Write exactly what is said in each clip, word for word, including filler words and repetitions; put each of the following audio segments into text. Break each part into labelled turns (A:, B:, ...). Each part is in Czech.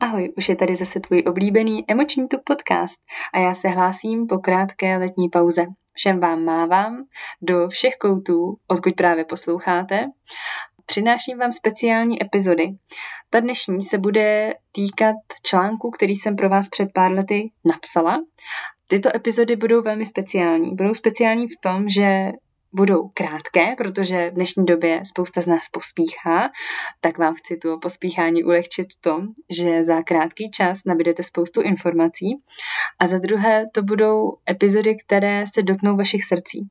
A: Ahoj, už je tady zase tvůj oblíbený Emoční tuk podcast a já se hlásím po krátké letní pauze. Všem vám mávám do všech koutů, odkud právě posloucháte. Přináším vám speciální epizody. Ta dnešní se bude týkat článku, který jsem pro vás před pár lety napsala. Tyto epizody budou velmi speciální. Budou speciální v tom, že budou krátké, protože v dnešní době spousta z nás pospíchá, tak vám chci tu pospíchání ulehčit v tom, že za krátký čas nabídete spoustu informací a za druhé to budou epizody, které se dotknou vašich srdcí.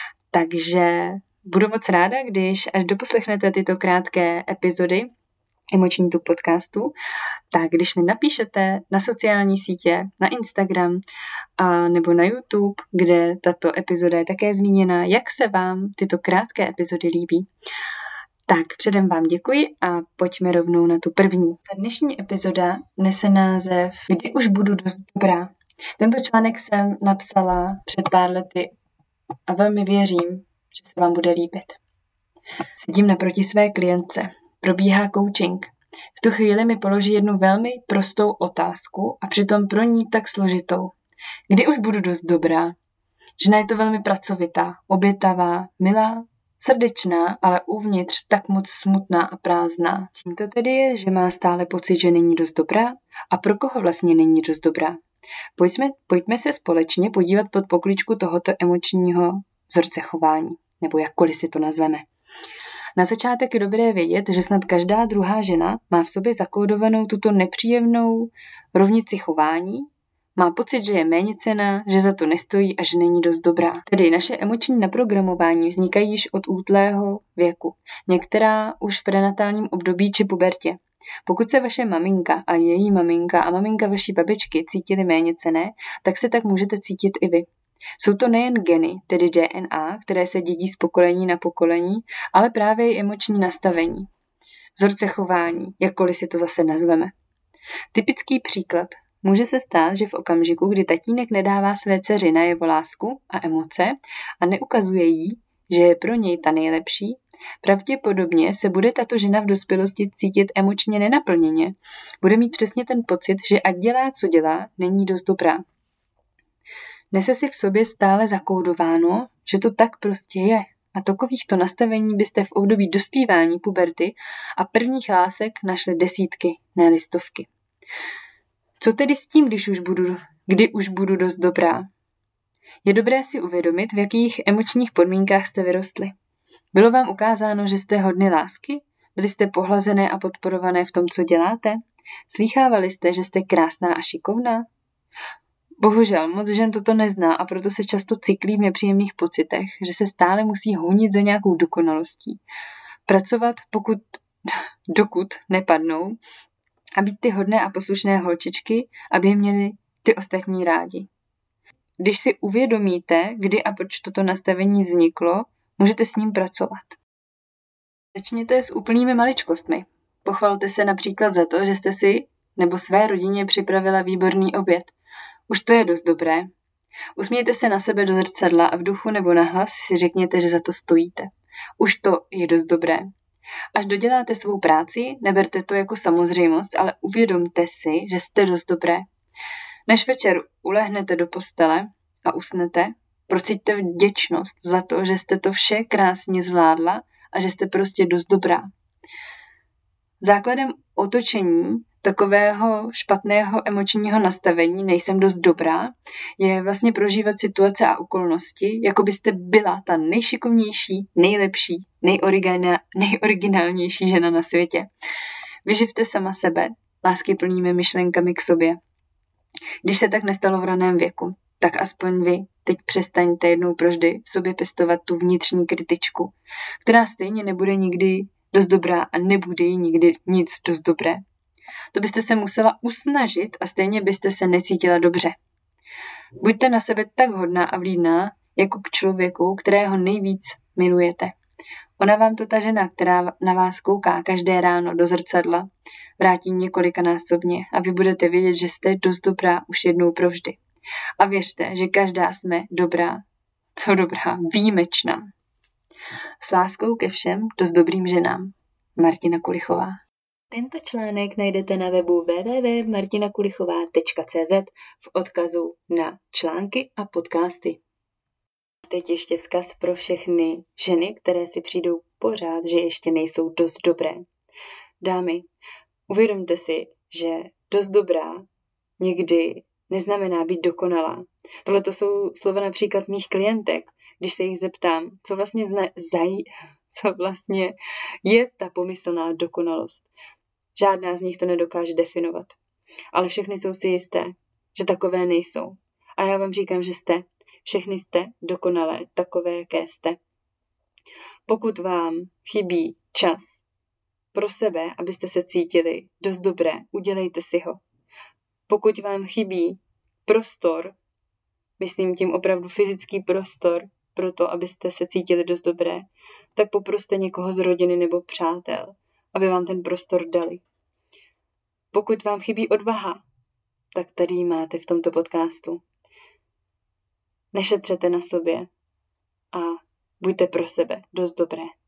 A: Takže budu moc ráda, když až doposlechnete tyto krátké epizody Emoční tuk podcastu, tak když mi napíšete na sociální sítě, na Instagram a nebo na YouTube, kde tato epizoda je také zmíněna, jak se vám tyto krátké epizody líbí. Tak předem vám děkuji a pojďme rovnou na tu první. Ta dnešní epizoda nese název Kdy už budu dost dobrá. Tento článek jsem napsala před pár lety a velmi věřím, že se vám bude líbit. Sedím naproti své klientce. Probíhá coaching. V tu chvíli mi položí jednu velmi prostou otázku a přitom pro ní tak složitou. Kdy už budu dost dobrá? Žena je to velmi pracovitá, obětavá, milá, srdečná, ale uvnitř tak moc smutná a prázdná. Čím to tedy je, že má stále pocit, že není dost dobrá? A pro koho vlastně není dost dobrá? Pojďme, pojďme se společně podívat pod pokličku tohoto emočního vzorce chování, nebo jakkoliv si to nazveme. Na začátek je dobré vědět, že snad každá druhá žena má v sobě zakódovanou tuto nepříjemnou rovnici chování, má pocit, že je méněcenná, že za to nestojí a že není dost dobrá. Tedy naše emoční naprogramování vznikají již od útlého věku, některá už v prenatálním období či pubertě. Pokud se vaše maminka a její maminka a maminka vaší babičky cítily méněcenné, tak se tak můžete cítit i vy. Jsou to nejen geny, tedy D N A, které se dědí z pokolení na pokolení, ale právě i emoční nastavení, vzorce chování, jakkoliv si to zase nazveme. Typický příklad. Může se stát, že v okamžiku, kdy tatínek nedává své dceři najevo lásku a emoce a neukazuje jí, že je pro něj ta nejlepší, pravděpodobně se bude tato žena v dospělosti cítit emočně nenaplněně. Bude mít přesně ten pocit, že ať dělá, co dělá, není dost dobrá. Nese si v sobě stále zakódováno, že to tak prostě je. A takovýchto nastavení byste v období dospívání puberty a prvních lásek našli desítky, ne listovky. Co tedy s tím, když už budu, kdy už budu dost dobrá? Je dobré si uvědomit, v jakých emočních podmínkách jste vyrostli. Bylo vám ukázáno, že jste hodny lásky? Byli jste pohlazené a podporované v tom, co děláte? Slýchávali jste, že jste krásná a šikovná? Bohužel, moc žen toto nezná a proto se často cyklí v nepříjemných pocitech, že se stále musí honit za nějakou dokonalostí. Pracovat, pokud, dokud nepadnou a být ty hodné a poslušné holčičky, aby je měli ty ostatní rádi. Když si uvědomíte, kdy a proč toto nastavení vzniklo, můžete s ním pracovat. Začněte s úplnými maličkostmi. Pochvalte se například za to, že jste si nebo své rodině připravila výborný oběd. Už to je dost dobré. Usmějte se na sebe do zrcadla a v duchu nebo nahlas si řekněte, že za to stojíte. Už to je dost dobré. Až doděláte svou práci, neberte to jako samozřejmost, ale uvědomte si, že jste dost dobré. Než večer ulehnete do postele a usnete, procíťte vděčnost za to, že jste to vše krásně zvládla a že jste prostě dost dobrá. Základem otočení takového špatného emočního nastavení nejsem dost dobrá, je vlastně prožívat situace a okolnosti, jako byste byla ta nejšikovnější, nejlepší, nejoriginál, nejoriginálnější žena na světě. Vyživte sama sebe láskyplnými myšlenkami k sobě. Když se tak nestalo v raném věku, tak aspoň vy teď přestaňte jednou provždy v sobě pěstovat tu vnitřní kritičku, která stejně nebude nikdy dost dobrá a nebude jí nikdy nic dost dobré. To byste se musela usnažit a stejně byste se necítila dobře. Buďte na sebe tak hodná a vlídná, jako k člověku, kterého nejvíc milujete. Ona vám to ta žena, která na vás kouká každé ráno do zrcadla, vrátí několikanásobně a vy budete vědět, že jste dost dobrá už jednou provždy. A věřte, že každá jsme dobrá, co dobrá, výjimečná. S láskou ke všem, dost dobrým ženám. Martina Kulichová. Tento článek najdete na webu w w w tečka martina kulichová tečka c z v odkazu na články a podcasty. Teď ještě vzkaz pro všechny ženy, které si přijdou pořád, že ještě nejsou dost dobré. Dámy, uvědomte si, že dost dobrá někdy neznamená být dokonalá. Tohle to jsou slova například mých klientek, když se jich zeptám, co vlastně, zna, zaj, co vlastně je ta pomyslná dokonalost. Žádná z nich to nedokáže definovat. Ale všechny jsou si jisté, že takové nejsou. A já vám říkám, že jste. Všechny jste dokonalé, takové, jaké jste. Pokud vám chybí čas pro sebe, abyste se cítili dost dobré, udělejte si ho. Pokud vám chybí prostor, myslím tím opravdu fyzický prostor pro to, abyste se cítili dost dobré, tak poproste někoho z rodiny nebo přátel, aby vám ten prostor dali. Pokud vám chybí odvaha, tak tady ji máte v tomto podcastu. Nešetřete na sobě a buďte pro sebe dost dobré.